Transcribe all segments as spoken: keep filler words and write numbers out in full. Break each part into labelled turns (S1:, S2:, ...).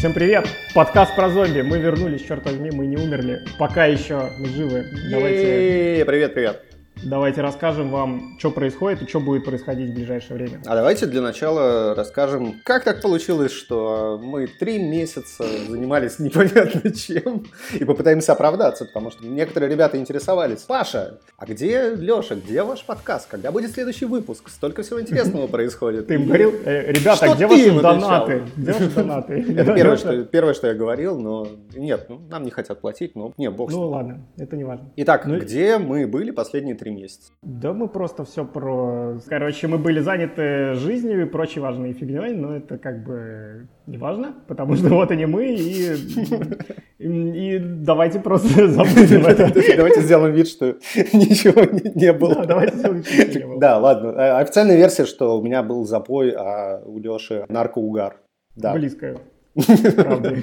S1: Всем привет! Подкаст про зомби. Мы вернулись, черт возьми, мы не умерли. Пока еще мы живы.
S2: Давайте... Привет, привет.
S1: Давайте расскажем вам, что происходит и что будет происходить в ближайшее время.
S2: А давайте для начала расскажем, как так получилось, что мы три месяца занимались непонятно чем и попытаемся оправдаться, потому что некоторые ребята интересовались. Паша, а где Леша, где ваш подкаст? Когда будет следующий выпуск? Столько всего интересного происходит.
S1: Ты им говорил, ребята, где ваши донаты? Где ваши донаты?
S2: Это первое, что я говорил, но нет, нам не хотят платить, но не, бог с ним.
S1: Ну ладно, это не важно.
S2: Итак, где мы были последние три месяца?
S1: Да мы просто все про... Короче, мы были заняты жизнью и прочей важной фигней, но это как бы не важно, потому что вот они мы, и, и, и давайте просто забудем это.
S2: Давайте сделаем вид, что ничего не было.
S1: Да, давайте сделаем вид, что ничего не было.
S2: Да, ладно. Официальная версия, что у меня был запой, а у Леши наркоугар.
S1: Близко. Правда.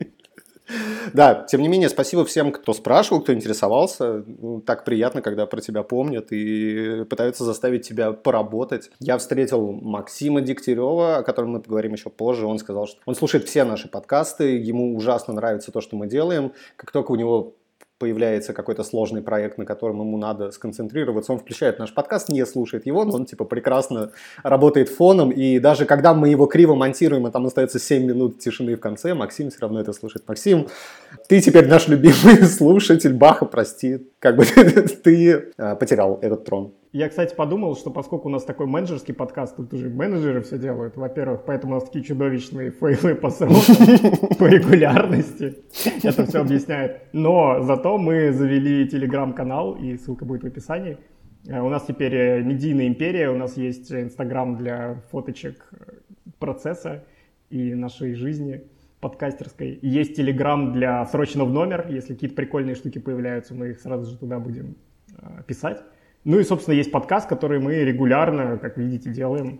S2: Да, тем не менее, спасибо всем, кто спрашивал, кто интересовался. Ну, так приятно, когда про тебя помнят и пытаются заставить тебя поработать. Я встретил Максима Дегтярева, о котором мы поговорим еще позже. Он сказал, что он слушает все наши подкасты, ему ужасно нравится то, что мы делаем. Как только у него появляется какой-то сложный проект, на котором ему надо сконцентрироваться, он включает наш подкаст, не слушает его, но он типа прекрасно работает фоном, и даже когда мы его криво монтируем, и там остается семь минут тишины в конце, Максим все равно это слушает. Максим, ты теперь наш любимый слушатель, Баха, прости, как бы ты потерял этот трон.
S1: Я, кстати, подумал, что поскольку у нас такой менеджерский подкаст, тут уже менеджеры все делают, во-первых, поэтому у нас такие чудовищные фейлы по срокам, по регулярности. Это все объясняет. Но зато мы завели телеграм-канал, и ссылка будет в описании. У нас теперь медийная империя, у нас есть инстаграм для фоточек процесса и нашей жизни подкастерской. Есть телеграм для срочно в номер, если какие-то прикольные штуки появляются, мы их сразу же туда будем писать. Ну и, собственно, есть подкаст, который мы регулярно, как видите, делаем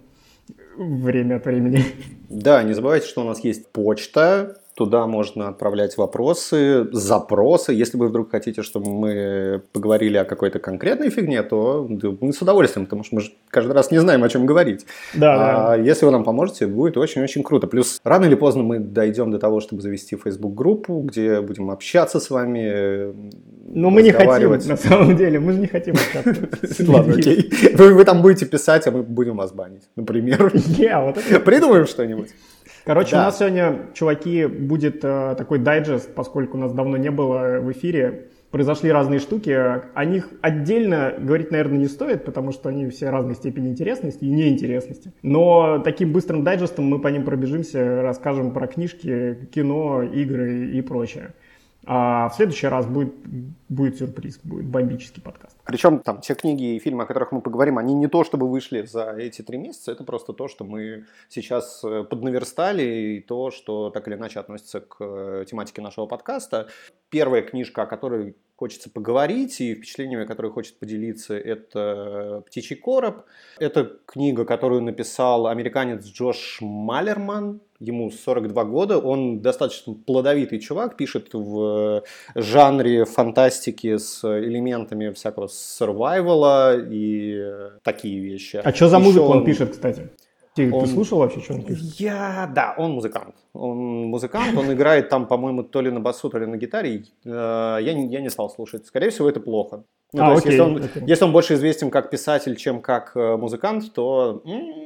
S1: время от времени.
S2: Да, не забывайте, что у нас есть почта. Туда можно отправлять вопросы, запросы. Если вы вдруг хотите, чтобы мы поговорили о какой-то конкретной фигне, то мы с удовольствием, потому что мы же каждый раз не знаем, о чем говорить.
S1: Да,
S2: а
S1: да.
S2: Если вы нам поможете, будет очень-очень круто. Плюс рано или поздно мы дойдем до того, чтобы завести Facebook-группу, где будем общаться с вами.
S1: Но мы не хотим, на самом деле, мы же не хотим общаться.
S2: Ладно, окей. Вы там будете писать, а мы будем вас банить, например. Придумаем что-нибудь.
S1: Короче,
S2: да.
S1: У нас сегодня, чуваки, будет э, такой дайджест, поскольку нас давно не было в эфире. Произошли разные штуки. О них отдельно говорить, наверное, не стоит, потому что они все разной степени интересности и неинтересности. Но таким быстрым дайджестом мы по ним пробежимся, расскажем про книжки, кино, игры и прочее. А в следующий раз будет, будет сюрприз, будет бомбический подкаст.
S2: Причем там те книги и фильмы, о которых мы поговорим, они не то чтобы вышли за эти три месяца, это просто то, что мы сейчас поднаверстали, и то, что так или иначе относится к тематике нашего подкаста. Первая книжка, о которой хочется поговорить, и впечатлениями, которые хочет поделиться, это «Птичий короб». Это книга, которую написал американец Джош Малерман. Ему сорок два года, он достаточно плодовитый чувак, пишет в жанре фантастики с элементами всякого сервайвала и такие вещи.
S1: А что за Еще музыку он пишет, кстати? Ты,
S2: он...
S1: ты слушал вообще, что он пишет?
S2: Я, да, он музыкант. Он музыкант, он играет там, по-моему, то ли на басу, то ли на гитаре. Я не, я не стал слушать. Скорее всего, это плохо. Ну,
S1: а,
S2: то есть,
S1: окей,
S2: если, он,
S1: окей.
S2: если он больше известен как писатель, чем как музыкант, то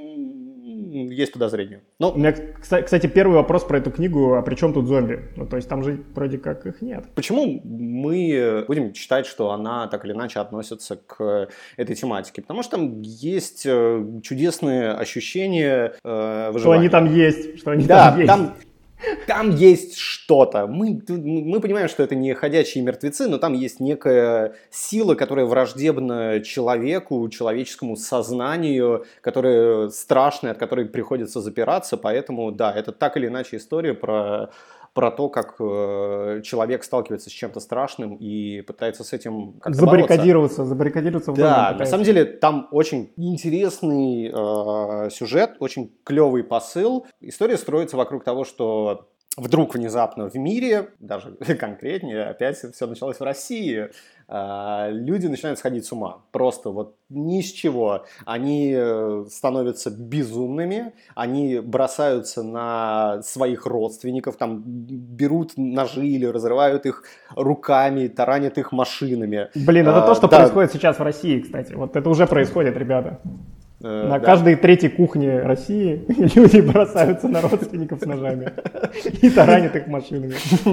S2: м-м, есть подозрения. Но...
S1: У меня, кстати, первый вопрос про эту книгу, а при чем тут зомби? Ну, то есть там же вроде как их нет.
S2: Почему мы будем считать, что она так или иначе относится к этой тематике? Потому что там есть чудесные ощущения э, выживания.
S1: Что они там есть, что они
S2: да,
S1: там есть.
S2: Там... Там есть что-то. Мы, мы понимаем, что это не ходячие мертвецы, но там есть некая сила, которая враждебна человеку, человеческому сознанию, которая страшная, от которой приходится запираться. Поэтому, да, это так или иначе история про, про то, как э, человек сталкивается с чем-то страшным и пытается с этим как-то
S1: забаррикадироваться, забаррикадироваться в доме.
S2: Да, на самом деле там очень интересный э, сюжет, очень клевый посыл. История строится вокруг того, что вдруг внезапно в мире, даже конкретнее, опять все началось в России, люди начинают сходить с ума. Просто вот ни с чего. Они становятся безумными, они бросаются на своих родственников, там берут ножи или разрывают их руками, таранят их машинами.
S1: Блин, это а, то, что да. происходит сейчас в России, кстати. Вот это уже происходит, ребята. Э, на да. каждой третьей кухне России люди бросаются на родственников с ножами и таранят их машинами.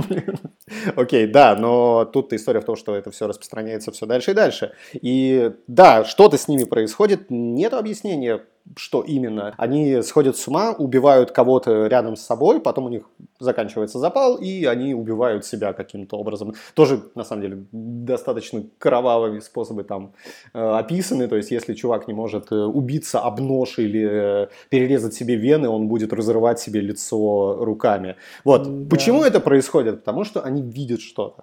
S2: Окей, да, но тут история в том, что это все распространяется все дальше и дальше. И да, что-то с ними происходит, нет объяснения, что именно. Они сходят с ума, убивают кого-то рядом с собой, потом у них заканчивается запал, и они убивают себя каким-то образом. Тоже, на самом деле, достаточно кровавыми способы там э, описаны. То есть, если чувак не может э, убиться об нож или э, перерезать себе вены, он будет разрывать себе лицо руками. Вот. Да. Почему это происходит? Потому что они видят что-то.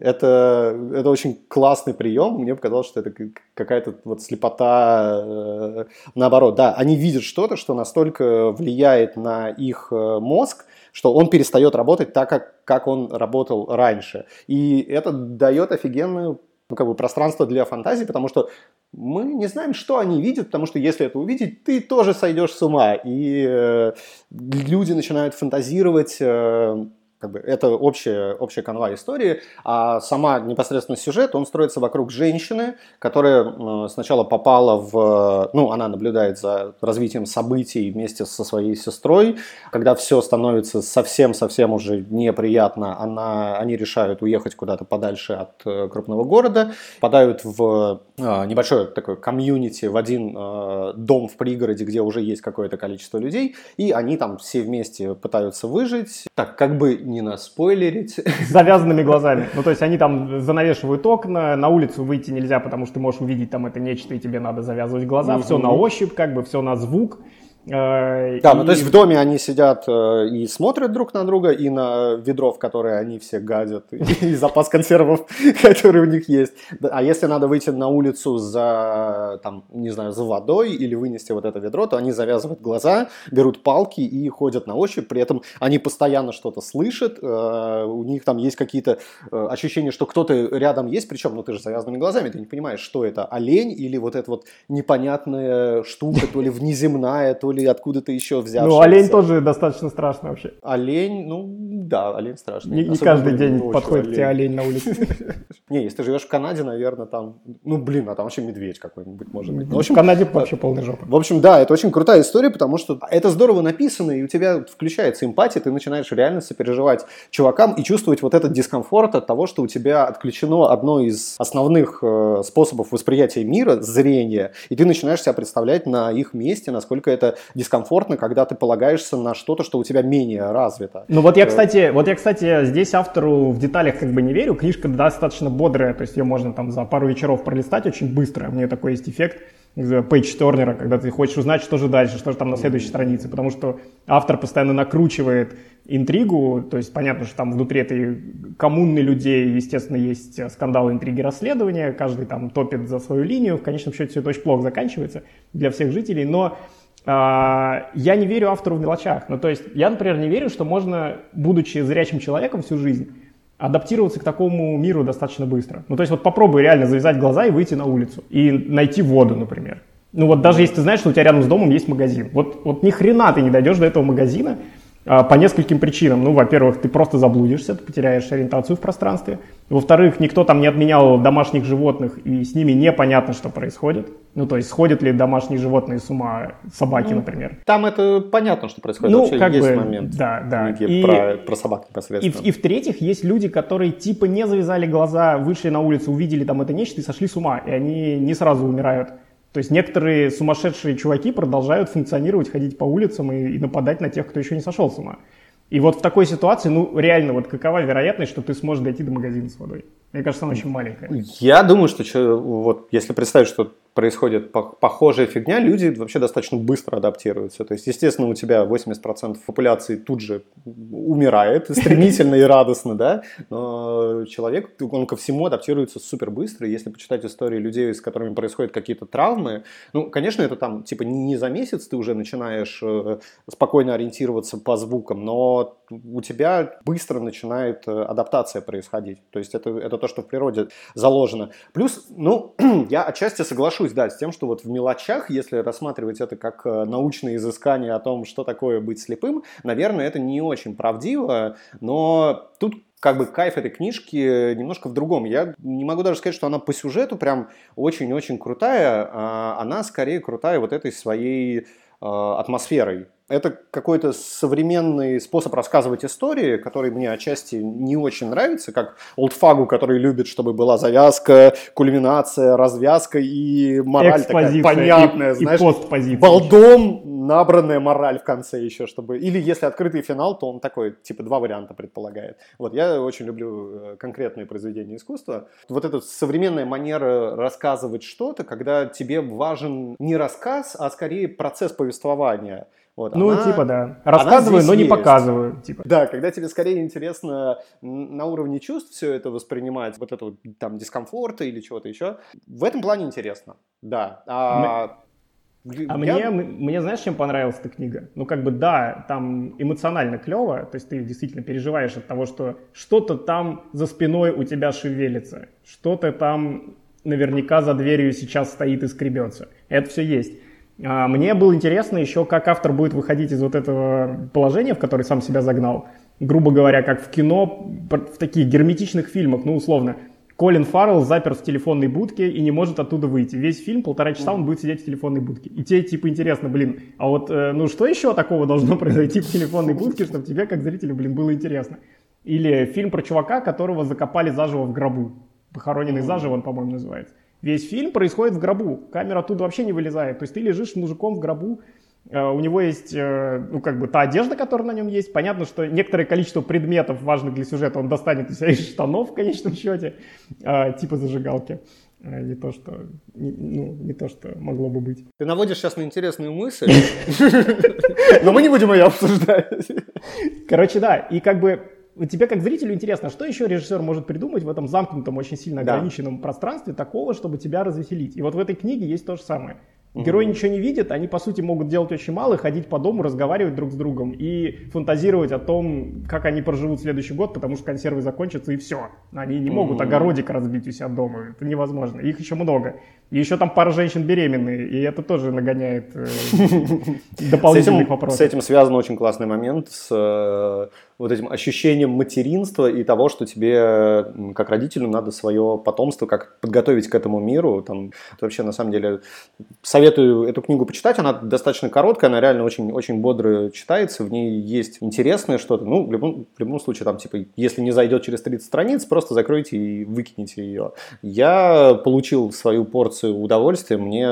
S2: Это, это очень классный прием. Мне показалось, что это какая-то вот слепота э, наоборот. Да, они видят что-то, что настолько влияет на их мозг, что он перестает работать так, как, как он работал раньше. И это дает офигенное ну, как бы пространство для фантазии, потому что мы не знаем, что они видят, потому что если это увидеть, ты тоже сойдешь с ума. И э, люди начинают фантазировать... Э, Как бы, это общая, общая канва истории, а сама непосредственно сюжет, он строится вокруг женщины, которая э, сначала попала в... Ну, она наблюдает за развитием событий вместе со своей сестрой. Когда все становится совсем-совсем уже неприятно, она, они решают уехать куда-то подальше от э, крупного города, попадают в э, небольшое такое комьюнити, в один э, дом в пригороде, где уже есть какое-то количество людей, и они там все вместе пытаются выжить. Так, как бы не наспойлерить.
S1: С завязанными глазами. Ну, то есть они там занавешивают окна, на улицу выйти нельзя, потому что ты можешь увидеть там это нечто, и тебе надо завязывать глаза. Mm-hmm. Все на ощупь, как бы, все на звук.
S2: Да, и... ну то есть в доме они сидят и смотрят друг на друга, и на ведро, в которое они все гадят, и запас консервов, который у них есть. А если надо выйти на улицу за, там, не знаю, за водой или вынести вот это ведро, то они завязывают глаза, берут палки и ходят на ощупь. При этом они постоянно что-то слышат, у них там есть какие-то ощущения, что кто-то рядом есть, причем, ну ты же с завязанными глазами, ты не понимаешь, что это, олень или вот эта вот непонятная штука, то ли внеземная, то ли или откуда-то еще взявшийся.
S1: Ну, олень тоже достаточно страшно вообще.
S2: Олень, ну, да, олень страшный.
S1: Не, не каждый день подходит к тебе олень на улице.
S2: Не, если ты живешь в Канаде, наверное, там, ну, блин, а там вообще медведь какой-нибудь может быть.
S1: В общем, в Канаде вообще полная жопа.
S2: В общем, да, это очень крутая история, потому что это здорово написано, и у тебя включается эмпатия, ты начинаешь реально сопереживать чувакам и чувствовать вот этот дискомфорт от того, что у тебя отключено одно из основных э, способов восприятия мира, зрение, и ты начинаешь себя представлять на их месте, насколько это дискомфортно, когда ты полагаешься на что-то, что у тебя менее развито.
S1: Ну вот я, кстати, вот я, кстати, здесь автору в деталях как бы не верю. Книжка достаточно бодрая, то есть ее можно там за пару вечеров пролистать очень быстро. У нее такой есть эффект пейдж-тернера, когда ты хочешь узнать, что же дальше, что же там на следующей странице, потому что автор постоянно накручивает интригу, то есть понятно, что там внутри этой коммуны людей, естественно, есть скандалы, интриги, расследования, каждый там топит за свою линию, в конечном счете все это очень плохо заканчивается для всех жителей, но я не верю автору в мелочах. Ну, то есть я, например, не верю, что можно, будучи зрячим человеком всю жизнь, адаптироваться к такому миру достаточно быстро. Ну, то есть вот попробуй реально завязать глаза и выйти на улицу. И найти воду, например. Ну, вот даже если ты знаешь, что у тебя рядом с домом есть магазин. Вот, вот ни хрена ты не дойдешь до этого магазина а, по нескольким причинам. Ну, во-первых, ты просто заблудишься, ты потеряешь ориентацию в пространстве. Во-вторых, никто там не отменял домашних животных, и с ними непонятно, что происходит. Ну, то есть, сходят ли домашние животные с ума, собаки, ну, например.
S2: Там это понятно, что происходит.
S1: Ну,
S2: вообще
S1: как
S2: есть
S1: бы,
S2: момент
S1: да, да.
S2: И, про, про собак непосредственно.
S1: И, и в-третьих, есть люди, которые типа не завязали глаза, вышли на улицу, увидели там это нечто и сошли с ума. И они не сразу умирают. То есть некоторые сумасшедшие чуваки продолжают функционировать, ходить по улицам и, и нападать на тех, кто еще не сошел с ума. И вот в такой ситуации, ну, реально, вот какова вероятность, что ты сможешь дойти до магазина с водой? Мне кажется, она очень маленькая.
S2: Я думаю, что вот, если представить, что происходит похожая фигня, люди вообще достаточно быстро адаптируются. То есть, естественно, у тебя восемьдесят процентов популяции тут же умирает стремительно и радостно, да, но человек, он ко всему адаптируется супер быстро. Если почитать истории людей, с которыми происходят какие-то травмы, ну, конечно, это там, типа, не за месяц ты уже начинаешь спокойно ориентироваться по звукам, но у тебя быстро начинает адаптация происходить. То есть, это, это то, что в природе заложено. Плюс, ну, я отчасти соглашусь, да, с тем, что вот в мелочах, если рассматривать это как научное изыскание о том, что такое быть слепым, наверное, это не очень правдиво, но тут как бы кайф этой книжки немножко в другом. Я не могу даже сказать, что она по сюжету прям очень-очень крутая, а она скорее крутая вот этой своей э, атмосферой. Это какой-то современный способ рассказывать истории, который мне отчасти не очень нравится, как олдфагу, который любит, чтобы была завязка, кульминация, развязка и мораль такая понятная,
S1: и,
S2: знаешь,
S1: и постпозиция.
S2: Балдом набранная мораль в конце еще, чтобы... Или если открытый финал, то он такой, типа, два варианта предполагает. Вот, я очень люблю конкретные произведения искусства. Вот эта современная манера рассказывать что-то, когда тебе важен не рассказ, а скорее процесс повествования. Вот,
S1: ну,
S2: она,
S1: типа, да. Рассказываю, но не
S2: есть.
S1: показываю. Типа.
S2: Да, когда тебе скорее интересно на уровне чувств все это воспринимать, вот это вот там дискомфорта или чего-то еще, в этом плане интересно, да. А,
S1: мы... а я... мне, мне, знаешь, чем понравилась эта книга? Ну, как бы, да, там эмоционально клево, то есть ты действительно переживаешь от того, что что-то там за спиной у тебя шевелится, что-то там наверняка за дверью сейчас стоит и скребется. Это все есть. Мне было интересно еще, как автор будет выходить из вот этого положения, в которое сам себя загнал. Грубо говоря, как в кино, в таких герметичных фильмах, ну, условно, Колин Фаррелл запер в телефонной будке и не может оттуда выйти. Весь фильм, полтора часа он будет сидеть в телефонной будке. И тебе, типа, интересно, блин, а вот, ну, что еще такого должно произойти в телефонной будке, чтобы тебе, как зрителю, блин, было интересно? Или фильм про чувака, которого закопали заживо в гробу. «Похороненный заживо» он, по-моему, называется. Весь фильм происходит в гробу, камера оттуда вообще не вылезает. То есть ты лежишь с мужиком в гробу, э, у него есть, э, ну, как бы, та одежда, которая на нем есть. Понятно, что некоторое количество предметов, важных для сюжета, он достанет из своих штанов в конечном счете, э, типа зажигалки. Э, не то, что, не, ну, не то, что могло бы быть.
S2: Ты наводишь сейчас на интересную мысль, но мы не будем ее обсуждать.
S1: Короче, да, и как бы... Тебе, как зрителю, интересно, что еще режиссер может придумать в этом замкнутом, очень сильно ограниченном да. пространстве такого, чтобы тебя развеселить. И вот в этой книге есть то же самое. Герои mm-hmm. ничего не видят, они, по сути, могут делать очень мало, ходить по дому, разговаривать друг с другом и фантазировать о том, как они проживут следующий год, потому что консервы закончатся, и все. Они не могут mm-hmm. огородик разбить у себя дома, это невозможно. Их еще много. И еще там пара женщин беременные, и это тоже нагоняет дополнительных вопросов.
S2: С этим связан очень классный момент с вот этим ощущением материнства и того, что тебе, как родителю, надо свое потомство, как подготовить к этому миру. Там, вообще, на самом деле, советую эту книгу почитать. Она достаточно короткая, она реально очень, очень бодро читается. В ней есть интересное что-то. Ну, в любом, в любом случае, там, типа, если не зайдет через тридцать страниц, просто закройте и выкинете ее. Я получил свою порцию удовольствия. Мне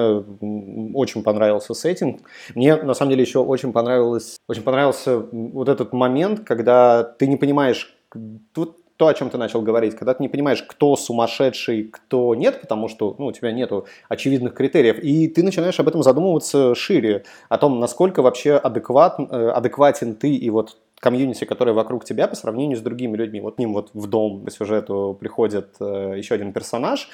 S2: очень понравился сеттинг. Мне, на самом деле, еще очень понравилось, очень понравился вот этот момент, когда ты не понимаешь, тут то, о чем ты начал говорить, когда ты не понимаешь, кто сумасшедший, кто нет, потому что ну, у тебя нету очевидных критериев, и ты начинаешь об этом задумываться шире, о том, насколько вообще адекват, адекватен ты и вот комьюнити, которое вокруг тебя по сравнению с другими людьми. Вот к ним вот в дом по сюжету приходит э, еще один персонаж,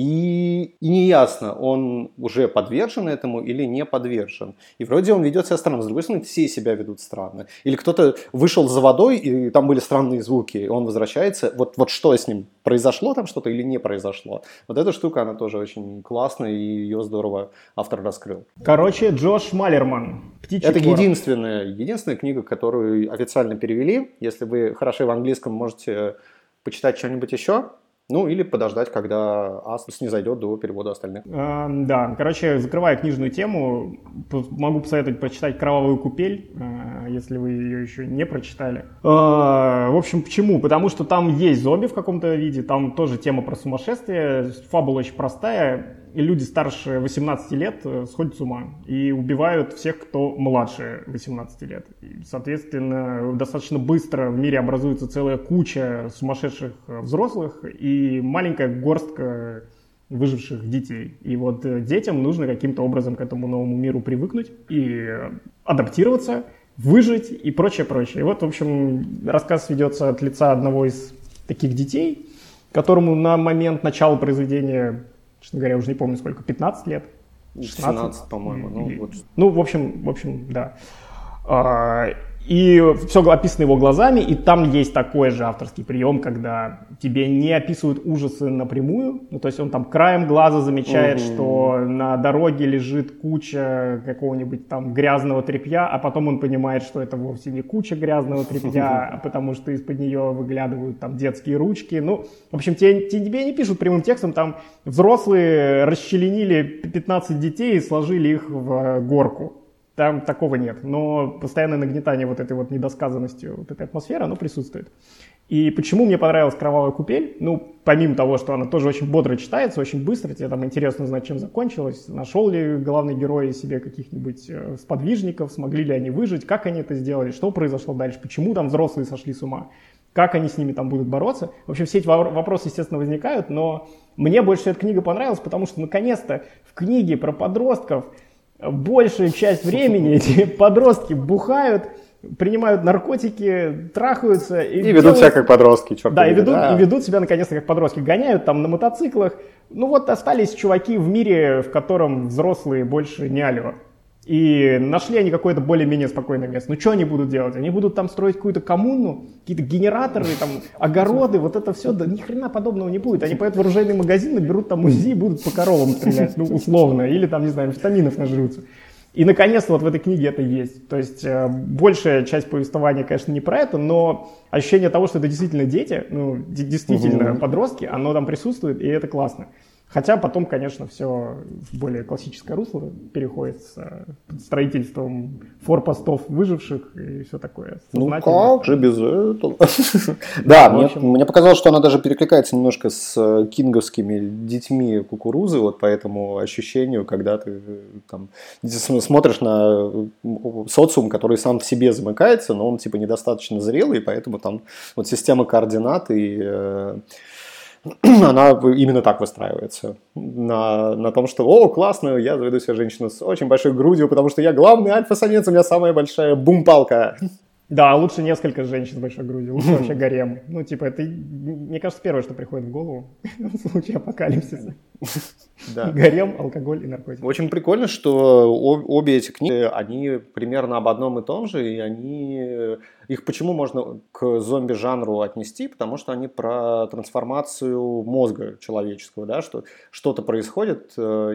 S2: и, и неясно, он уже подвержен этому или не подвержен. И вроде он ведет себя странно, с другой стороны, все себя ведут странно. Или кто-то вышел за водой, и там были странные звуки, и он возвращается. Вот, вот что с ним? Произошло там что-то или не произошло? Вот эта штука, она тоже очень классная, и ее здорово автор раскрыл.
S1: Короче, Джош Малерман.
S2: «Птичий Это единственная, единственная книга, которую официально перевели. Если вы хороши в английском, можете почитать что-нибудь еще. Ну, или подождать, когда Asus не зайдет до перевода остальных.
S1: А, да, короче, закрывая книжную тему, могу посоветовать прочитать «Кровавую купель», если вы ее еще не прочитали. А, в общем, почему? Потому что там есть зомби в каком-то виде, там тоже тема про сумасшествие, фабула очень простая, и люди старше восемнадцати лет сходят с ума и убивают всех, кто младше восемнадцати лет. И, соответственно, достаточно быстро в мире образуется целая куча сумасшедших взрослых и маленькая горстка выживших детей. И вот детям нужно каким-то образом к этому новому миру привыкнуть и адаптироваться, выжить и прочее, прочее. И вот, в общем, рассказ ведется от лица одного из таких детей, которому на момент начала произведения, честно говоря, уже не помню сколько, пятнадцать лет?
S2: шестнадцать, шестнадцать по-моему. Ну,
S1: и,
S2: вот.
S1: ну, в общем, в общем, да. И все описано его глазами, и там есть такой же авторский прием, когда тебе не описывают ужасы напрямую, ну, то есть он там краем глаза замечает, угу. что на дороге лежит куча какого-нибудь там грязного тряпья, а потом он понимает, что это вовсе не куча грязного тряпья, потому что из-под нее выглядывают там детские ручки. Ну, в общем, тебе, тебе не пишут прямым текстом, там взрослые расчленили пятнадцать детей и сложили их в горку. Там такого нет, но постоянное нагнетание вот этой вот недосказанностью, вот этой атмосферы, оно присутствует. И почему мне понравилась «Кровавая купель»? Ну, помимо того, что она тоже очень бодро читается, очень быстро, тебе там интересно узнать, чем закончилось, нашел ли главный герой себе каких-нибудь сподвижников, смогли ли они выжить, как они это сделали, что произошло дальше, почему там взрослые сошли с ума, как они с ними там будут бороться. В общем, все эти вопросы, естественно, возникают, но мне больше всего эта книга понравилась, потому что, наконец-то, в книге про подростков большую часть времени эти подростки бухают, принимают наркотики, трахаются. И,
S2: и ведут
S1: делают...
S2: себя как подростки, черт
S1: да, и ведут,
S2: да,
S1: и ведут себя наконец-то как подростки. Гоняют там на мотоциклах. Ну вот остались чуваки в мире, в котором взрослые больше не алё. И нашли они какое-то более-менее спокойное место. Ну что они будут делать? Они будут там строить какую-то коммуну, какие-то генераторы, там, огороды, вот это все. Да ни хрена подобного не будет. Они пойдут в оружейный магазин, берут там УЗИ и будут по коровам стрелять, ну условно. Или там, не знаю, витаминов нажрутся. И наконец-то вот в этой книге это есть. То есть э, большая часть повествования, конечно, не про это, но ощущение того, что это действительно дети, ну действительно угу. подростки, оно там присутствует, и это классно. Хотя потом, конечно, все в более классическое русло переходит с строительством форпостов выживших и все такое.
S2: Ну как же без этого? Да, мне показалось, что она даже перекликается немножко с кинговскими детьми кукурузы, вот по этому ощущению, когда ты там смотришь на социум, который сам в себе замыкается, но он типа недостаточно зрелый, поэтому там вот система координат и она именно так выстраивается. На, на том, что, о, классно, я заведу себе женщину с очень большой грудью, потому что я главный альфа-самец, у меня самая большая бум-палка.
S1: Да, лучше несколько женщин с большой грудью, лучше вообще гарем. Ну, типа, это, мне кажется, первое, что приходит в голову в случае апокалипсиса. Да. Гарем, алкоголь и наркотики.
S2: Очень прикольно, что обе эти книги, они примерно об одном и том же, и они... Их почему можно к зомби-жанру отнести? Потому что они про трансформацию мозга человеческого, да, что что-то происходит,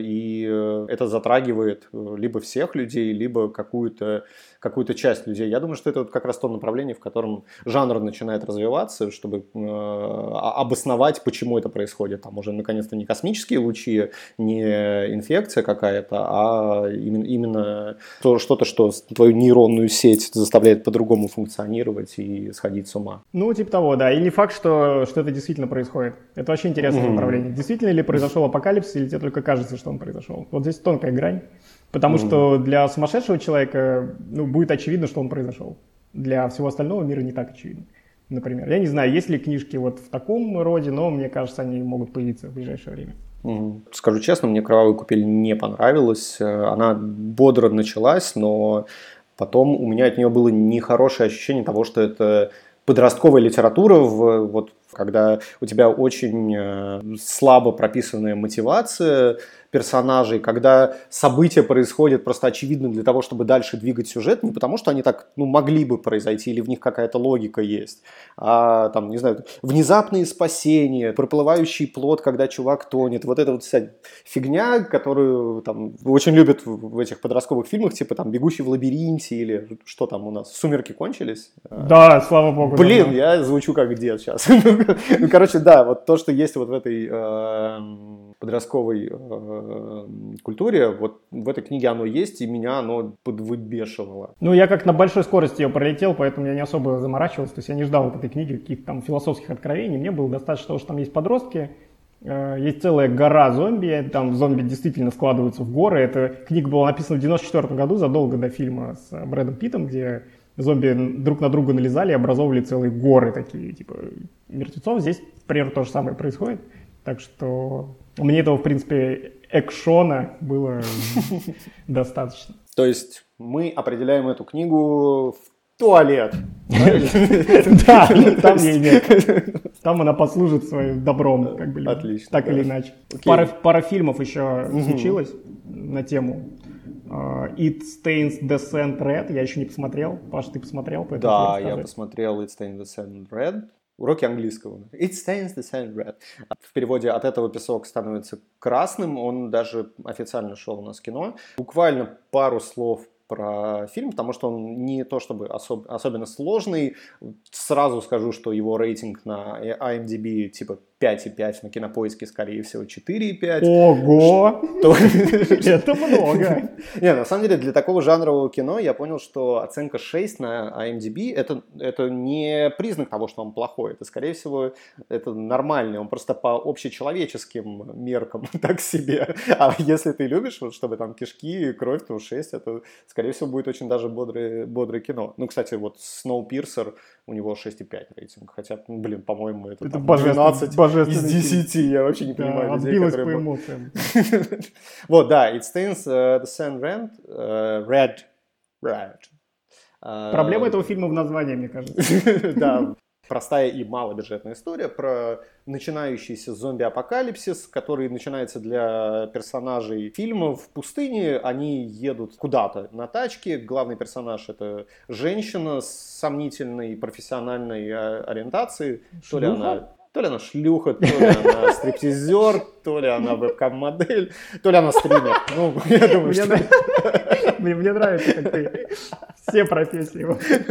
S2: и это затрагивает либо всех людей, либо какую-то, какую-то часть людей. Я думаю, что это вот как раз то направление, в котором жанр начинает развиваться, чтобы обосновать, почему это происходит. Там уже, наконец-то, не космические лучи, не инфекция какая-то, а именно, именно то, что-то, что твою нейронную сеть заставляет по-другому функционировать и сходить с ума.
S1: Ну, типа того, да. И не факт, что, что это действительно происходит. Это очень интересное mm-hmm. направление. Действительно ли произошел апокалипсис, или тебе только кажется, что он произошел? Вот здесь тонкая грань. Потому mm-hmm. что для сумасшедшего человека ну, будет очевидно, что он произошел. Для всего остального мира не так очевидно. Например, я не знаю, есть ли книжки вот в таком роде, но мне кажется, они могут появиться в ближайшее время.
S2: Скажу честно, мне «Кровавая купель» не понравилась. Она бодро началась, но потом у меня от нее было нехорошее ощущение того, что это подростковая литература, в, вот, когда у тебя очень слабо прописанная мотивация персонажей, когда события происходят просто очевидно для того, чтобы дальше двигать сюжет, не потому что они так ну, могли бы произойти или в них какая-то логика есть, а там, не знаю, внезапные спасения, проплывающий плот, когда чувак тонет, вот эта вот вся фигня, которую там очень любят в этих подростковых фильмах, типа там «Бегущий в лабиринте» или что там у нас, «Сумерки» кончились?
S1: Да, слава богу.
S2: Блин, да, я звучу как дед сейчас. Ну, короче, да, вот то, что есть вот в этой подростковой э, культуре, вот в этой книге оно есть, и меня оно подвыбешивало.
S1: Ну, я как на большой скорости ее пролетел, поэтому я не особо заморачивался, то есть я не ждал от этой книги каких-то там философских откровений, мне было достаточно того, что там есть подростки, э, есть целая гора зомби, там зомби действительно складываются в горы, эта книга была написана в девяносто четвёртом году, задолго до фильма с Брэдом Питтом, где зомби друг на друга налезали и образовывали целые горы такие, типа мертвецов, здесь примерно то же самое происходит. Так что мне этого, в принципе, экшона было достаточно.
S2: То есть мы определяем эту книгу в туалет.
S1: Да, там ей нет. Там она послужит своим добром, как бы.
S2: Отлично.
S1: Так или иначе. Пара фильмов еще случилась на тему It Stains the Sand Red. Я еще не посмотрел. Паш, ты посмотрел?
S2: Да, я посмотрел It Stains the Sand Red. Уроки английского. It stains the sand red. В переводе «От этого песок становится красным». Он даже официально шел у нас в кино. Буквально пару слов про фильм, потому что он не то чтобы особ- особенно сложный. Сразу скажу, что его рейтинг на ай эм ди би типа пять и пять, на Кинопоиске, скорее всего, четыре и пять.
S1: Ого! Это много!
S2: Не, на самом деле, для такого жанрового кино я понял, что оценка шесть на ай эм ди би это, это не признак того, что он плохой. Это, скорее всего, это нормальный. Он просто по общечеловеческим меркам так себе. А если ты любишь, вот, чтобы там кишки и кровь, то шесть, это, скорее всего, будет очень даже бодрое, бодрое кино. Ну, кстати, вот Snowpiercer, у него шесть и пять рейтинг. Хотя, двенадцать, по-моему, это, это там, двенадцать из десяти. Я вообще не понимаю
S1: да,
S2: людей,
S1: отбилось
S2: которые...
S1: по эмоциям.
S2: Вот, да, It Stains uh, the Sand Red. Uh, red. Red.
S1: Uh, Проблема этого фильма в названии, мне кажется.
S2: Да, простая и малобюджетная история про начинающийся зомби-апокалипсис, который начинается для персонажей фильма в пустыне. Они едут куда-то на тачке. Главный персонаж — это женщина с сомнительной профессиональной ориентацией. То ли она... То ли она шлюха, то ли она стриптизер, то ли она вебкам-модель, то ли она стример. Ну, я думаю,
S1: мне,
S2: что...
S1: мне, мне нравится, как ты все профессии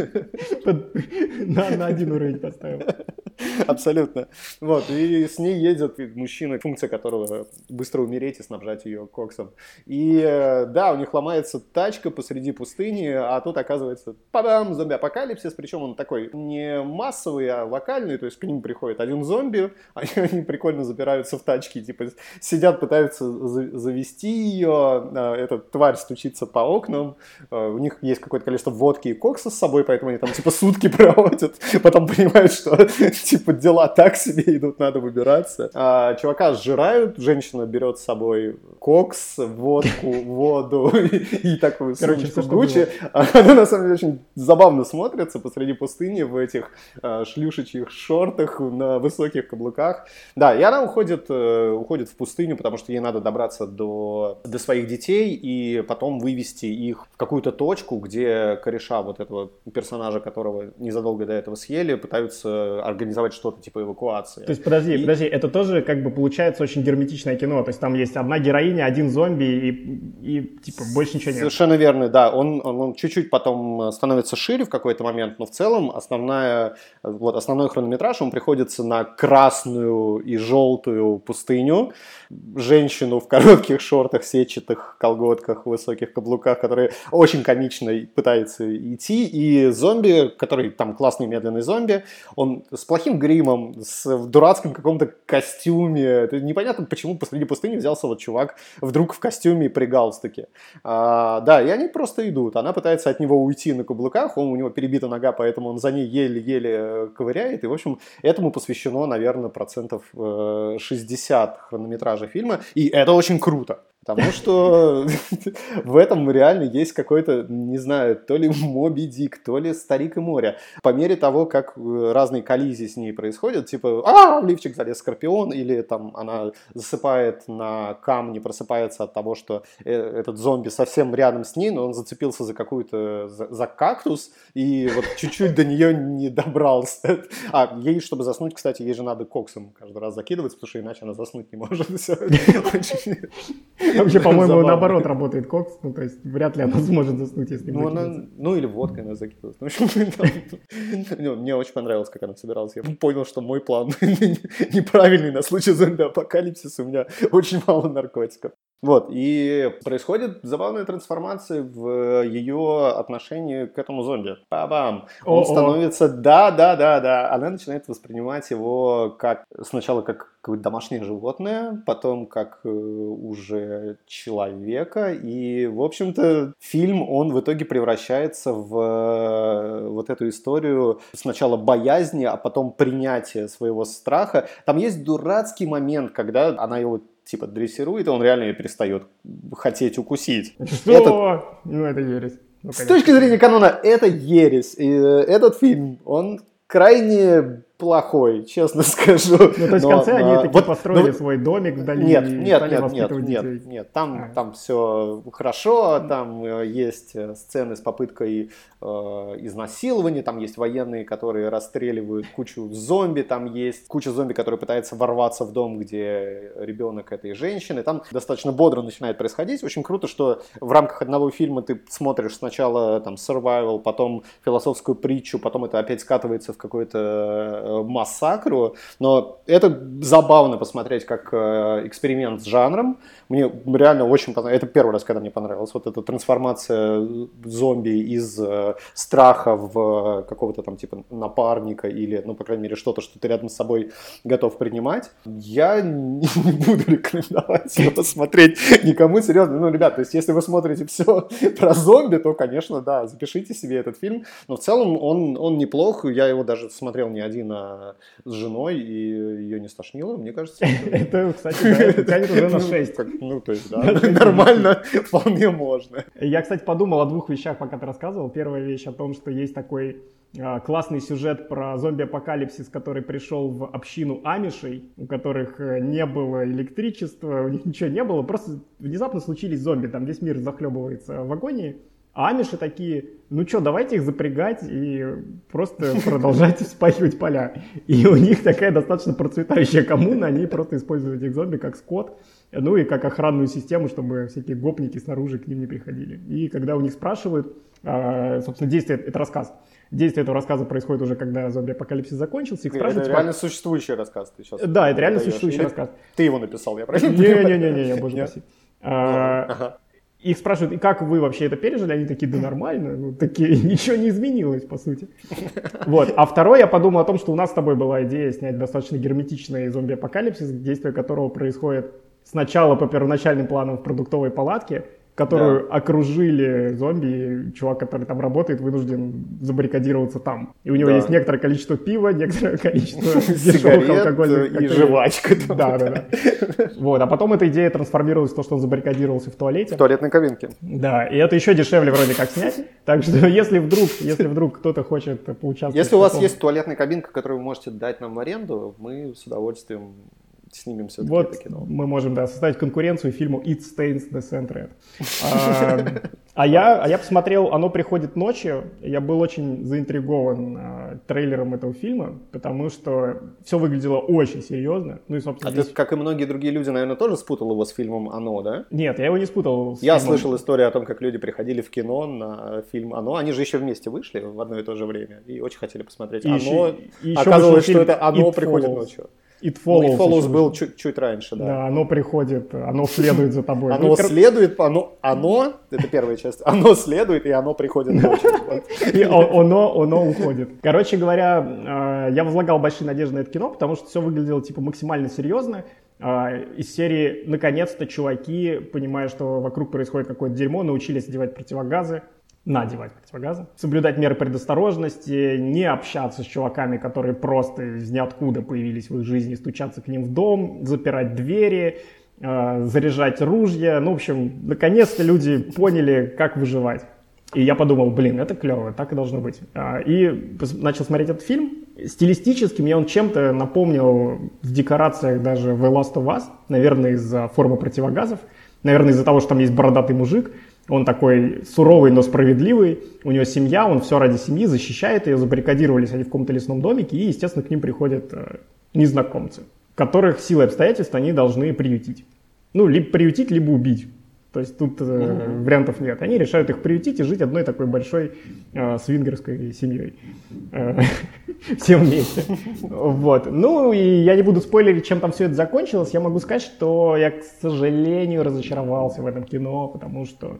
S1: на, на один уровень поставил.
S2: Абсолютно. Вот, и с ней едет мужчина, функция которого быстро умереть и снабжать ее коксом. И да, у них ломается тачка посреди пустыни, а тут оказывается, падам, зомби-апокалипсис, причем он такой не массовый, а локальный, то есть к ним приходит один зомби, они, они прикольно забираются в тачки, типа сидят, пытаются за- завести ее, эта тварь стучится по окнам, у них есть какое-то количество водки и кокса с собой, поэтому они там типа сутки проводят, потом понимают, что типа дела так себе идут, надо выбираться. А, чувака сжирают, женщина берет с собой кокс, водку, воду и, и такую сумочку Гуччи. Она на самом деле очень забавно смотрится посреди пустыни в этих а, шлюшечьих шортах на высоких каблуках. Да, и она уходит, уходит в пустыню, потому что ей надо добраться до, до своих детей и потом вывести их в какую-то точку, где кореша вот этого персонажа, которого незадолго до этого съели, пытаются организовать что-то типа эвакуации.
S1: То есть, подожди, и... подожди, это тоже как бы получается очень герметичное кино, то есть там есть одна героиня, один зомби и, и типа больше ничего нет.
S2: Совершенно верно, да, он, он, он чуть-чуть потом становится шире в какой-то момент, но в целом основная, вот, основной хронометраж, он приходится на красную и желтую пустыню, женщину в коротких шортах, сетчатых колготках, высоких каблуках, которая очень комично пытается идти, и зомби, который там классный медленный зомби, он с плохим гримом, с, в дурацком каком-то костюме. Это непонятно, почему посреди пустыни взялся вот чувак вдруг в костюме и при галстуке. А, да, и они просто идут. Она пытается от него уйти на каблуках, он, у него перебита нога, поэтому он за ней еле-еле ковыряет. И, в общем, этому посвящено, наверное, процентов шестьдесят хронометража фильма. И это очень круто. Потому что в этом реально есть какой-то, не знаю, то ли Моби Дик, то ли Старик и море. По мере того, как разные коллизии с ней происходят, типа, а, в лифчик залез скорпион, или там она засыпает на камне, просыпается от того, что этот зомби совсем рядом с ней, но он зацепился за какую-то, за, за кактус, и вот чуть-чуть до нее не добрался. А ей, чтобы заснуть, кстати, ей же надо коксом каждый раз закидываться, потому что иначе она заснуть не может.
S1: Вообще, по-моему, забавно. Наоборот работает кокс, ну, то есть вряд ли она сможет заснуть, если
S2: ну, она, ну, или водкой она закидывалась. Ну, в общем, там, мне очень понравилось, как она собиралась. Я понял, что мой план неправильный на случай зомби-апокалипсиса. У меня очень мало наркотиков. Вот, и происходит забавная трансформация в ее отношении к этому зомби. Ба-бам! Он О-о. становится, да-да-да-да, она начинает воспринимать его как, сначала как какое-то домашнее животное, потом как уже человека. И, в общем-то, фильм, он в итоге превращается в вот эту историю сначала боязни, а потом принятия своего страха. Там есть дурацкий момент, когда она его типа дрессирует, и он реально ее перестает хотеть укусить.
S1: Что? Это... Ну, это ересь. Ну,
S2: с точки зрения канона, это ересь. И этот фильм, он крайне плохой, честно скажу.
S1: Ну, то есть
S2: но,
S1: в конце они
S2: а,
S1: таки
S2: вот,
S1: построили
S2: ну,
S1: свой домик вдали
S2: нет,
S1: и
S2: нет,
S1: стали
S2: нет,
S1: воспитывать
S2: нет,
S1: детей.
S2: нет, нет, там,
S1: а.
S2: там все хорошо, там есть сцены с попыткой э, изнасилования, там есть военные, которые расстреливают кучу зомби, там есть куча зомби, которые пытаются ворваться в дом, где ребенок этой женщины, там достаточно бодро начинает происходить. Очень круто, что в рамках одного фильма ты смотришь сначала там survival, потом философскую притчу, потом это опять скатывается в какой-то массакр. Но это забавно посмотреть как э, эксперимент с жанром. Мне реально очень понравилось. Это первый раз, когда мне понравилась вот эта трансформация зомби из э, страха в какого-то там типа напарника или, ну, по крайней мере, что-то, что ты рядом с собой готов принимать. Я не буду рекомендовать его смотреть никому серьезно. Ну, ребят, то есть если вы смотрите все про зомби, то, конечно, да, запишите себе этот фильм. Но в целом он, он неплох. Я его даже смотрел не один, а с женой, и ее не стошнило, мне кажется.
S1: Это, кстати, тянет уже на шесть.
S2: Ну, то есть, да, нормально, вполне можно.
S1: Я, кстати, подумал о двух вещах, пока ты рассказывал. Первая вещь о том, что есть такой классный сюжет про зомби-апокалипсис, который пришел в общину амишей, у которых не было электричества, у них ничего не было, просто внезапно случились зомби, там весь мир захлебывается в агонии. А амиши такие, ну что, давайте их запрягать и просто продолжайте вспахивать поля. И у них такая достаточно процветающая коммуна, они просто используют этих зомби как скот, ну и как охранную систему, чтобы всякие гопники снаружи к ним не приходили. И когда у них спрашивают, собственно, действие, это рассказ, действие этого рассказа происходит уже, когда зомби-апокалипсис закончился. Их спрашивают,
S2: это реально существующий рассказ ты сейчас.
S1: Да, это реально существующий Или рассказ.
S2: Ты его написал, я правильно понимаю?
S1: Не-не-не, боже упаси. Их спрашивают, и как вы вообще это пережили? Они такие, да нормально, ну, такие, ничего не изменилось, по сути. Вот. А второе, я подумал о том, что у нас с тобой была идея снять достаточно герметичный зомби-апокалипсис, действие которого происходит сначала по первоначальным планам в продуктовой палатке, которую да. окружили зомби, и чувак, который там работает, вынужден забаррикадироваться там. И у него да. есть некоторое количество пива, некоторое количество дешевых алкогольных
S2: и жвачка.
S1: Да, да, да. Вот, а потом эта идея трансформировалась в то, что он забаррикадировался в туалете.
S2: В туалетной кабинке.
S1: Да, и это еще дешевле вроде как снять. Так что если вдруг, если вдруг кто-то хочет поучаствовать...
S2: Если у вас есть туалетная кабинка, которую вы можете дать нам в аренду, мы с удовольствием... снимем все-таки
S1: вот
S2: это кино.
S1: Мы можем, да, составить конкуренцию фильму It Stains the Sand Red. А, а, я, а я посмотрел «Оно приходит ночью». Я был очень заинтригован а, трейлером этого фильма, потому что все выглядело очень серьезно. Ну и, собственно,
S2: а
S1: здесь...
S2: ты, как и многие другие люди, наверное, тоже спутал его с фильмом «Оно», да?
S1: Нет, я его не спутал с
S2: Я
S1: фильмом.
S2: слышал историю о том, как люди приходили в кино на фильм «Оно». Они же еще вместе вышли в одно и то же время и очень хотели посмотреть и «Оно».
S1: Еще, и еще
S2: оказалось, что это «Оно
S1: It
S2: приходит
S1: Follows.
S2: ночью».
S1: It Follows,
S2: ну, It Follows был чуть, чуть раньше, да.
S1: Да, оно приходит, оно следует за тобой.
S2: Оно
S1: ну,
S2: следует, оно, оно, это первая часть, оно следует, и оно приходит ночью.
S1: И оно, оно уходит. Короче говоря, я возлагал большие надежды на это кино, потому что все выглядело типа максимально серьезно. Из серии «Наконец-то чуваки, понимая, что вокруг происходит какое-то дерьмо, научились одевать противогазы». надевать противогазы, соблюдать меры предосторожности, не общаться с чуваками, которые просто из ниоткуда появились в их жизни, стучаться к ним в дом, запирать двери, э, заряжать ружья. Ну, в общем, наконец-то люди поняли, как выживать. И я подумал, блин, это клево, так и должно быть. И начал смотреть этот фильм. Стилистически мне он чем-то напомнил в декорациях даже The Last of Us, наверное, из-за формы противогазов, наверное, из-за того, что там есть бородатый мужик. Он такой суровый, но справедливый. У него семья, он все ради семьи, защищает ее. Забаррикадировались они в каком-то лесном домике, и, естественно, к ним приходят э, незнакомцы, которых силой обстоятельств они должны приютить. Ну, либо приютить, либо убить. То есть тут э, mm-hmm. вариантов нет. Они решают их приютить и жить одной такой большой э, свингерской семьей. Э, все вместе. Вот. Ну, и я не буду спойлерить, чем там все это закончилось. Я могу сказать, что я, к сожалению, разочаровался в этом кино, потому что...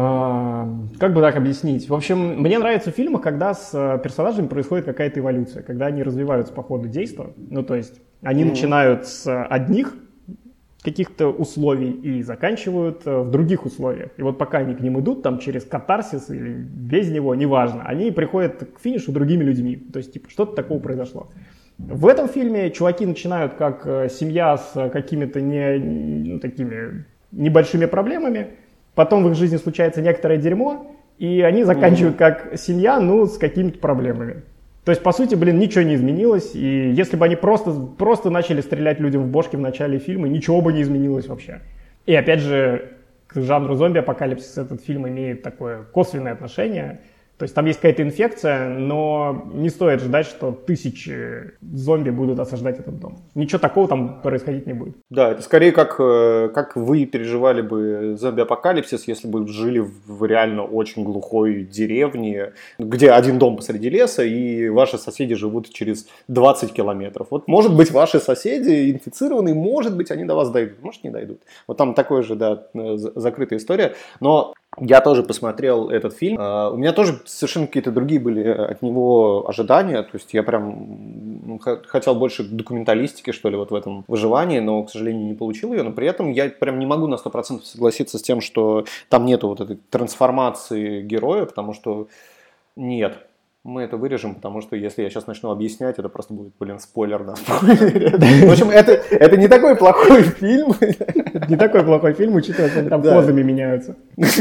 S1: Э, как бы так объяснить? В общем, мне нравится в фильмах, когда с персонажами происходит какая-то эволюция, когда они развиваются по ходу действия. Ну, то есть... Они
S2: Mm-hmm.
S1: начинают с одних каких-то условий и заканчивают в других условиях. И вот пока они к ним идут, там через катарсис или без него, неважно, они приходят к финишу другими людьми. То есть, типа, что-то такого произошло. В этом фильме чуваки начинают как семья с какими-то не, ну, такими небольшими проблемами, потом в их жизни случается некоторое дерьмо, и они заканчивают как семья, ну, с какими-то проблемами. То есть, по сути, блин, ничего не изменилось, и если бы они просто, просто начали стрелять людям в бошки в начале фильма, ничего бы не изменилось вообще. И опять же, к жанру зомби-апокалипсис этот фильм имеет такое косвенное отношение. То есть там есть какая-то инфекция, но не стоит ждать, что тысячи зомби будут осаждать этот дом. Ничего такого там происходить не будет.
S2: Да, это скорее как, как вы переживали бы зомби-апокалипсис, если бы жили в реально очень глухой деревне, где один дом посреди леса, и ваши соседи живут через двадцать километров. Вот, может быть, ваши соседи инфицированы, может быть, они до вас дойдут, может, не дойдут. Вот там такая же, да, закрытая история. Но я тоже посмотрел этот фильм. У меня тоже совершенно какие-то другие были от него ожидания. То есть я прям хотел больше документалистики, что ли, вот в этом выживании, но, к сожалению, не получил ее. Но при этом я прям не могу на сто процентов согласиться с тем, что там нету вот этой трансформации героя, потому что нет. Мы это вырежем, потому что если я сейчас начну объяснять, это просто будет, блин, спойлер на спойлере. В общем, это, это не такой плохой фильм.
S1: Это не такой плохой фильм, учитывая, что они там да. позами меняются.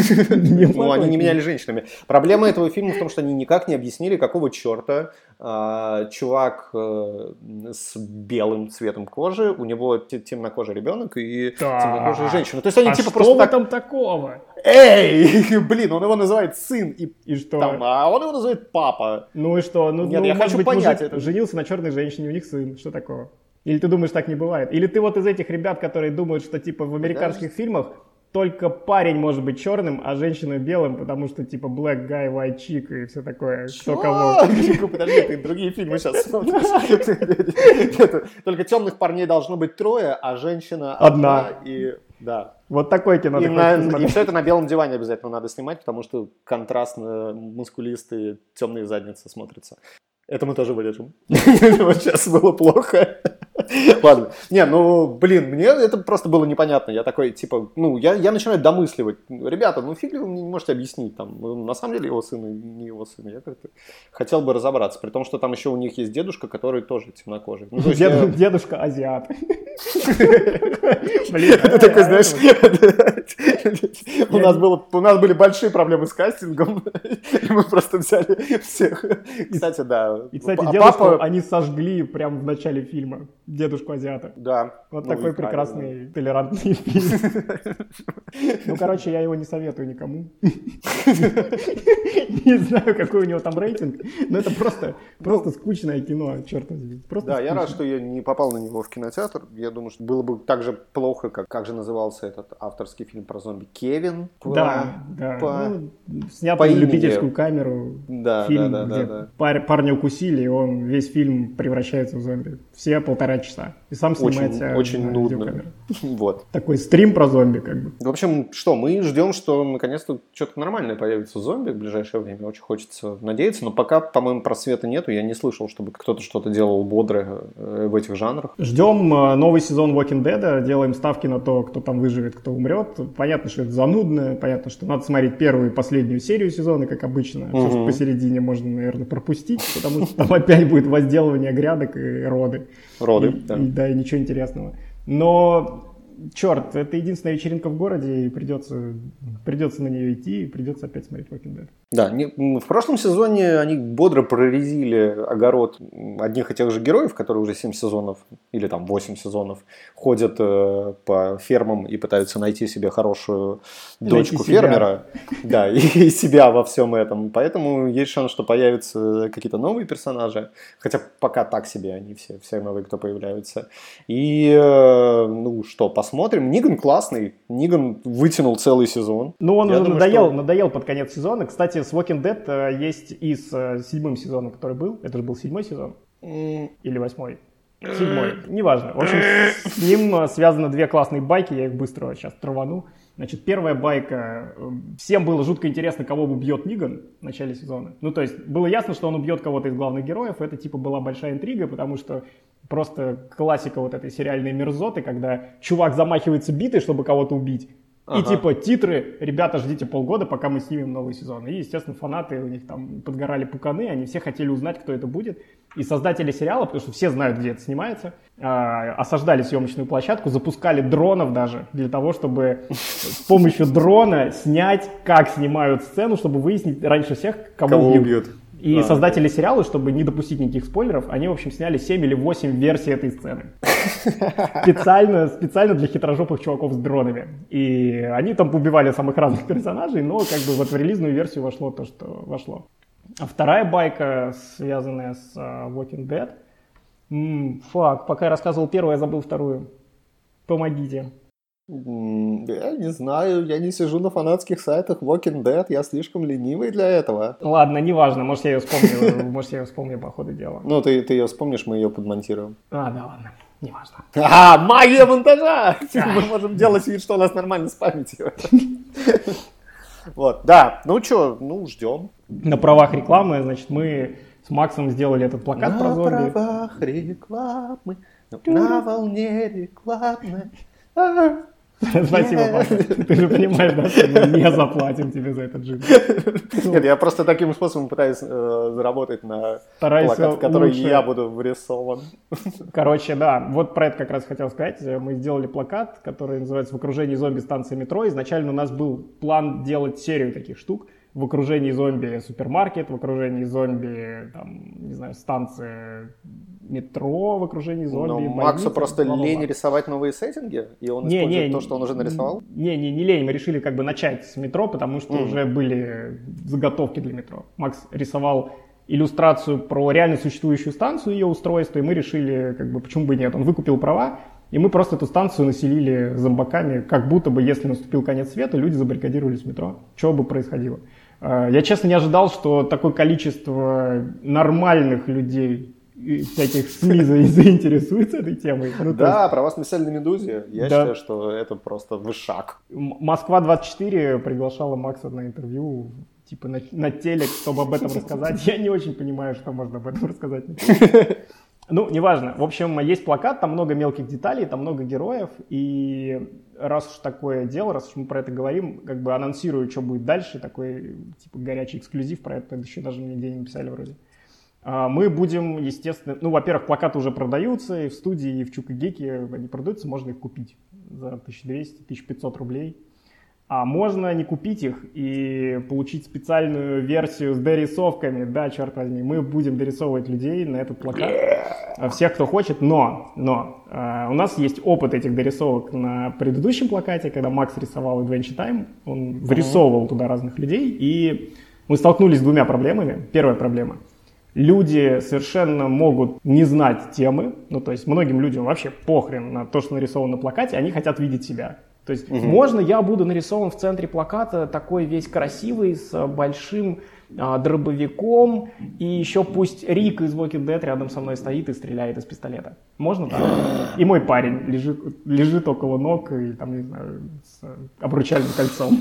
S2: Ну, они не меняли женщинами. Проблема этого фильма в том, что они никак не объяснили, какого черта э, чувак э, с белым цветом кожи, у него темнокожий ребенок и
S1: да.
S2: темнокожая женщина. То есть они
S1: а
S2: типа
S1: что
S2: просто
S1: в
S2: так...
S1: этом такого?
S2: Эй, блин, он его называет сын, и,
S1: и что?
S2: Там, а он его называет папа.
S1: Ну и что? Ну,
S2: Нет,
S1: ну,
S2: я
S1: может
S2: хочу
S1: быть,
S2: понять
S1: мужик
S2: это.
S1: Женился на черной женщине, у них сын, что такого? Или ты думаешь, так не бывает? Или ты вот из этих ребят, которые думают, что типа в американских да. фильмах только парень может быть черным, а женщина белым, потому что типа black guy, white chick и все такое. Кто кого.
S2: Подожди, ты другие фильмы сейчас смотришь. Только темных парней должно быть трое, а женщина одна. И да.
S1: Вот такое кино.
S2: И, на, и все это на белом диване обязательно надо снимать, потому что контрастно мускулистые темные задницы смотрятся. Это мы тоже вырежем. Вот сейчас было плохо. Ладно. Не, ну, блин, мне это просто было непонятно. Я такой, типа, ну, я, я начинаю домысливать. Ребята, ну, фиг ли вы мне не можете объяснить, там, на самом деле его сын и не его сын. Я как-то хотел бы разобраться. При том, что там еще у них есть дедушка, который тоже темнокожий. Ну,
S1: Дед, я... Дедушка азиат.
S2: Блин, ты такой, знаешь, у нас было, у нас были большие проблемы с кастингом, и мы просто взяли всех. Кстати, да.
S1: И, кстати, дедушку они сожгли прямо в начале фильма. Дедушку азиата.
S2: Да.
S1: Вот такой прекрасный, толерантный фильм. Ну, короче, я его не советую никому. Не знаю, какой у него там рейтинг, но это просто просто скучное кино, черт возьми.
S2: Да, я рад, что я не попал на него в кинотеатр. Я думаю, что было бы так же плохо, как как же назывался этот авторский фильм про зомби. Кевин.
S1: Да, да. Снятый на любительскую камеру.
S2: Да,
S1: фильм,
S2: да, да,
S1: где
S2: да.
S1: парня укусили, и он весь фильм превращается в зомби. Все полтора часа. И сам снимается
S2: очень, очень нудно. Вот.
S1: Такой стрим про зомби, как бы.
S2: В общем, что, мы ждем, что наконец-то что-то нормальное появится зомби в ближайшее время. Очень хочется надеяться, но пока, по-моему, просвета нету. Я не слышал, чтобы кто-то что-то делал бодрое в этих жанрах.
S1: Ждем новый сезон Walking Dead, делаем ставки на то, кто там выживет, кто умрет. Понятно, что это занудно, понятно, что надо смотреть первую и последнюю серию сезона, как обычно. Все, что посередине можно, наверное, пропустить, потому что там опять будет возделывание грядок и роды.
S2: Роды,
S1: и,
S2: да.
S1: И, да, и ничего интересного. Но, черт, это единственная вечеринка в городе, и придется, придется на нее идти, и придется опять смотреть Walking Dead.
S2: Да, не, в прошлом сезоне они бодро прорезили огород одних и тех же героев, которые уже семь сезонов, или там восемь сезонов, ходят э, по фермам и пытаются найти себе хорошую дочку
S1: найти
S2: фермера. Себя. Да, и, и себя во всем этом. Поэтому есть шанс, что появятся какие-то новые персонажи. Хотя пока так себе они все, все новые, кто появляются. И, э, ну что, посмотрим. Ниган классный. Ниган вытянул целый сезон.
S1: Ну, он
S2: Я
S1: уже
S2: думаю,
S1: надоел,
S2: что...
S1: надоел под конец сезона. Кстати, с Walking Dead э, есть и с э, седьмым сезоном, который был. Это же был седьмой сезон? Mm. Или восьмой? Седьмой. Неважно. В общем, с, с ним э, связаны две классные байки. Я их быстро сейчас травану. Значит, первая байка. Всем было жутко интересно, кого убьет Ниган в начале сезона. Ну, то есть, было ясно, что он убьет кого-то из главных героев. Это, типа, была большая интрига, потому что Просто классика вот этой сериальной мерзоты, когда чувак замахивается битой, чтобы кого-то убить. Ага. И типа титры, ребята, ждите полгода, пока мы снимем новый сезон. И, естественно, фанаты, у них там подгорали пуканы, они все хотели узнать, кто это будет. И создатели сериала, потому что все знают, где это снимается, осаждали съемочную площадку, запускали дронов даже для того, чтобы с помощью дрона снять, как снимают сцену, чтобы выяснить раньше всех, кого, кого убьют. убьют. И а, создатели да. сериала, чтобы не допустить никаких спойлеров, они, в общем, сняли семь или восемь версий этой сцены. Специально, специально для хитрожопых чуваков с дронами. И они там убивали самых разных персонажей, но как бы вот в релизную версию вошло то, что вошло. А вторая байка, связанная с uh, Walking Dead. М-м, фак, пока я рассказывал первую, я забыл вторую. Помогите.
S2: Я не знаю, я не сижу на фанатских сайтах Walking Dead, я слишком ленивый для этого.
S1: Ладно, неважно, может я ее вспомню, может я ее вспомню по ходу дела.
S2: Ну, ты, ты ее вспомнишь, мы ее подмонтируем.
S1: А, да ладно, неважно.
S2: А, магия монтажа! Мы можем делать вид, что у нас нормально с памятью. Вот, да, ну что, ну ждем.
S1: На правах рекламы, значит, мы с Максом сделали этот плакат про зомби.
S2: На правах рекламы, на волне рекламы.
S1: Спасибо, Паша. Ты же понимаешь, да, что мы не заплатим тебе за этот джингл.
S2: Нет, я просто таким способом пытаюсь э, заработать на плакат, в который лучше. Я буду врисован.
S1: Короче, да, вот про это как раз хотел сказать. Мы сделали плакат, который называется «В окружении зомби станция метро». Изначально у нас был план делать серию таких штук. В окружении зомби супермаркет, в окружении зомби, там, не знаю, станция метро, в окружении зомби.
S2: Но Максу просто лень рисовать новые сеттинги, и он не, использует не, то, что он уже нарисовал?
S1: Не, не, не лень, мы решили как бы начать с метро, потому что mm. уже были заготовки для метро. Макс рисовал иллюстрацию про реально существующую станцию, ее устройство, и мы решили, как бы, почему бы нет, он выкупил права, и мы просто эту станцию населили зомбаками, как будто бы, если наступил конец света, люди забаррикадировались в метро, что бы происходило. Я, честно, не ожидал, что такое количество нормальных людей, всяких СМИ заинтересуется этой темой. Ну,
S2: да, есть... про вас написали на «Медузе». Я да. считаю, что это просто вышаг.
S1: Москва двадцать четыре приглашала Макса на интервью, типа на, на телек, чтобы об этом рассказать. Я не очень понимаю, что можно об этом рассказать. Ну, неважно. В общем, есть плакат, там много мелких деталей, там много героев. И раз уж такое дело, раз уж мы про это говорим, как бы анонсирую, что будет дальше. Такой, типа, горячий эксклюзив про это. Еще даже мне нигде не написали вроде. Мы будем, естественно... Ну, во-первых, плакаты уже продаются. И в студии, и в Чукагеке они продаются. Можно их купить за тысяча двести - тысяча пятьсот рублей. А можно не купить их и получить специальную версию с дорисовками. Да, черт возьми, мы будем дорисовывать людей на этот плакат. Всех, кто хочет, но, но э, у нас есть опыт этих дорисовок на предыдущем плакате, когда Макс рисовал Adventure Time. Он врисовывал туда разных людей, и мы столкнулись с двумя проблемами. Первая проблема. Люди совершенно могут не знать темы. Ну, то есть многим людям вообще похрен на то, что нарисовано на плакате, они хотят видеть себя. То есть, угу. можно я буду нарисован в центре плаката такой весь красивый, с большим а, дробовиком, и еще пусть Рик из Walking Dead рядом со мной стоит и стреляет из пистолета. Можно так? И мой парень лежит, лежит около ног и там, не знаю, с обручальным кольцом.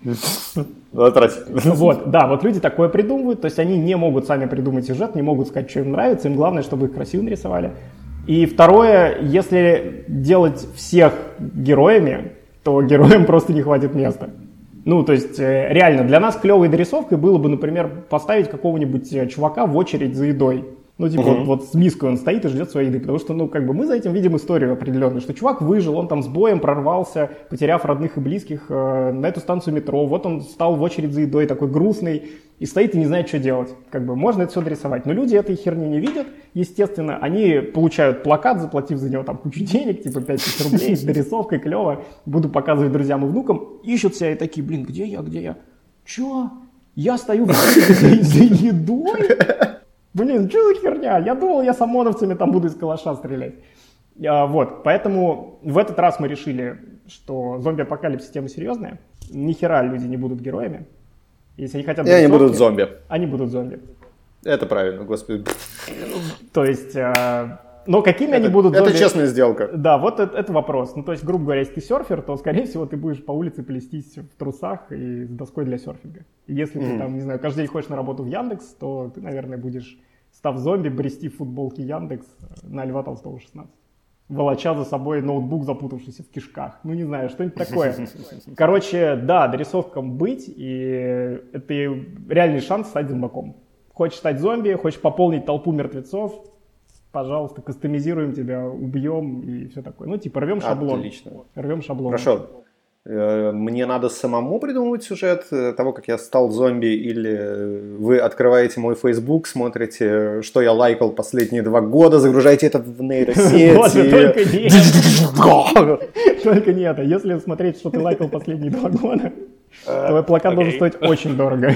S1: Вот, да, вот люди такое придумывают, то есть они не могут сами придумать сюжет, не могут сказать, что им нравится, им главное, чтобы их красиво нарисовали. И второе, если делать всех героями, то героям просто не хватит места. Ну, то есть, реально, для нас клевой дорисовкой было бы, например, поставить какого-нибудь чувака в очередь за едой. Ну, типа, uh-huh. вот, вот с миской он стоит и ждет своей еды, потому что, ну, как бы мы за этим видим историю определенную, что чувак выжил, он там с боем прорвался, потеряв родных и близких э, на эту станцию метро, вот он встал в очередь за едой, такой грустный, и стоит и не знает, что делать. Как бы можно это все дорисовать, но люди этой херни не видят, естественно, они получают плакат, заплатив за него там кучу денег, типа пять тысяч рублей, с дорисовкой, клево, буду показывать друзьям и внукам, ищут себя и такие, блин, где я, где я? Че? Я стою в очереди за едой? Блин, что за херня? Я думал, я с ОМОНовцами там буду из калаша стрелять. А, вот, поэтому в этот раз мы решили, что зомби-апокалипсис тема серьезная. Ни хера люди не будут героями. Если они хотят...
S2: И они будут зомби.
S1: Они будут зомби.
S2: Это правильно, господи.
S1: То есть... А, но какими
S2: это,
S1: они будут
S2: это
S1: зомби...
S2: Это честная сделка.
S1: Да, вот это, это вопрос. Ну, то есть, грубо говоря, если ты серфер, то, скорее всего, ты будешь по улице плестись в трусах и с доской для серфинга. Если mm. ты там, не знаю, каждый день ходишь на работу в Яндекс, то ты, наверное, будешь став зомби, брести в футболке Яндекс на Льва Толстого шестнадцать. Волоча за собой ноутбук, запутавшийся в кишках. Ну, не знаю, что-нибудь такое. Короче, да, дорисовкам быть, и это реальный шанс стать зомбаком. Хочешь стать зомби, хочешь пополнить толпу мертвецов, пожалуйста, кастомизируем тебя, убьем и все такое. Ну, типа, рвем шаблон.
S2: Отлично.
S1: Рвем шаблон.
S2: Хорошо. Мне надо самому придумывать сюжет того, как я стал зомби, или вы открываете мой Facebook, смотрите, что я лайкал последние два года, загружаете это в нейросеть.
S1: Боже, только нет. Только нет. А если смотреть, что ты лайкал последние два года, твой плакат должен стоить очень дорого.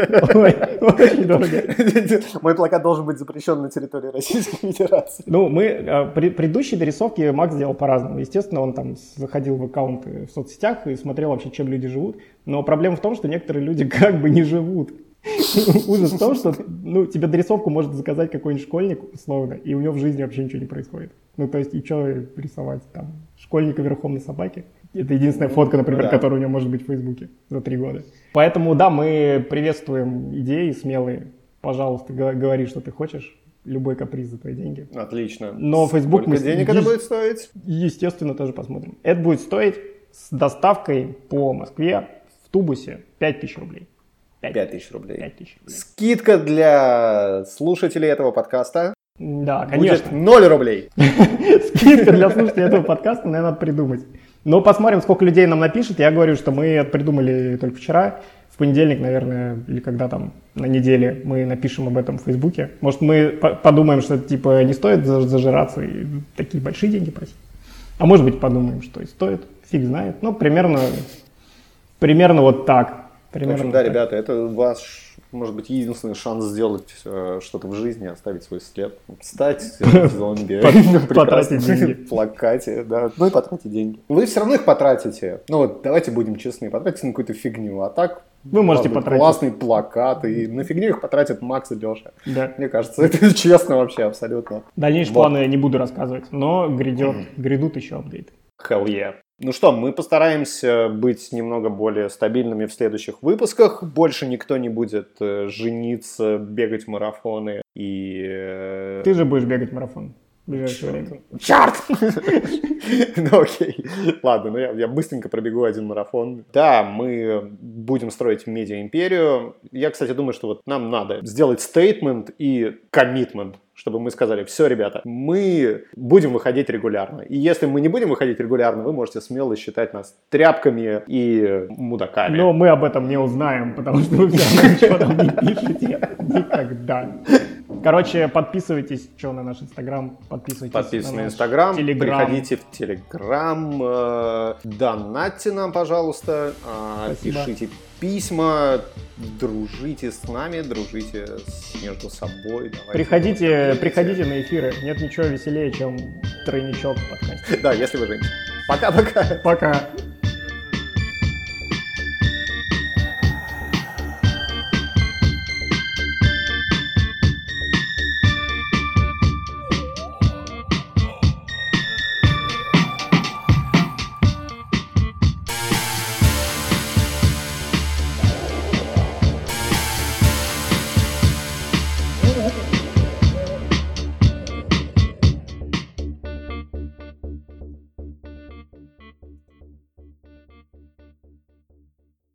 S1: Очень дорого.
S2: Мой плакат должен быть запрещен на территории Российской Федерации.
S1: Ну, мы предыдущие дорисовки Макс делал по-разному. Естественно, он там заходил в аккаунты в соцсетях и смотрел вообще, чем люди живут. Но проблема в том, что некоторые люди как бы не живут. Ужас в том, что ну, тебе дорисовку может заказать какой-нибудь школьник, условно, и у него в жизни вообще ничего не происходит. Ну, то есть, и что рисовать там? Школьника верхом на собаке? Это единственная фотка, например, да. которая у него может быть в Фейсбуке за три года. Поэтому, да, мы приветствуем идеи смелые. Пожалуйста, говори, что ты хочешь. Любой каприз за твои деньги.
S2: Отлично.
S1: Но Facebook
S2: Сколько
S1: мы...
S2: денег это будет стоить?
S1: Естественно, тоже посмотрим. Это будет стоить с доставкой по Москве в тубусе пять тысяч рублей.
S2: пять тысяч рублей.
S1: пять тысяч рублей.
S2: Скидка для слушателей этого подкаста.
S1: Да, конечно.
S2: Будет ноль рублей.
S1: Скидка для слушателей этого подкаста, наверное, надо придумать. Но посмотрим, сколько людей нам напишет. Я говорю, что мы это придумали только вчера. В понедельник, наверное, или когда там на неделе мы напишем об этом в Фейсбуке. Может, мы подумаем, что это типа не стоит зажираться и такие большие деньги просить. А может быть, подумаем, что и стоит. Фиг знает. Ну, примерно, примерно вот так. Примерно
S2: в общем, да, так. Ребята, это ваш, может быть, единственный шанс сделать э, что-то в жизни, оставить свой след, стать зомби,
S1: потратить деньги,
S2: плакате, да, ну и потратить деньги. Вы все равно их потратите. Ну вот, давайте будем честны, потратите на какую-то фигню, а так
S1: вы можете потратить
S2: классный плакат, и на фигню их потратят Макс и Леша.
S1: Да.
S2: Мне кажется, это честно вообще абсолютно.
S1: Дальнейшие вот. планы я не буду рассказывать, но грядет, грядут еще апдейты.
S2: Hell yeah. Ну что, мы постараемся быть немного более стабильными в следующих выпусках. Больше никто не будет э, жениться, бегать марафоны и... Э...
S1: Ты же будешь бегать марафон в ближайшее время.
S2: Черт! Ну окей. Ладно, ну я быстренько пробегу один марафон. Да, мы будем строить медиа-империю. Я, кстати, думаю, что вот нам надо сделать стейтмент и коммитмент, чтобы мы сказали: все, ребята, мы будем выходить регулярно. И если мы не будем выходить регулярно, вы можете смело считать нас тряпками и мудаками.
S1: Но мы об этом не узнаем, потому что вы все равно ничего там не пишете никогда. Короче, подписывайтесь что на наш Инстаграм, подписывайтесь
S2: Подписывайтесь
S1: на,
S2: на Инстаграм,
S1: Телеграм.
S2: Приходите в Телеграм, э, донатьте нам, пожалуйста, э, пишите письма, дружите с нами, дружите с, между собой.
S1: Приходите, приходите на эфиры, нет ничего веселее, чем тройничок в подкасте.
S2: Да, если вы женщина. Пока-пока.
S1: Пока.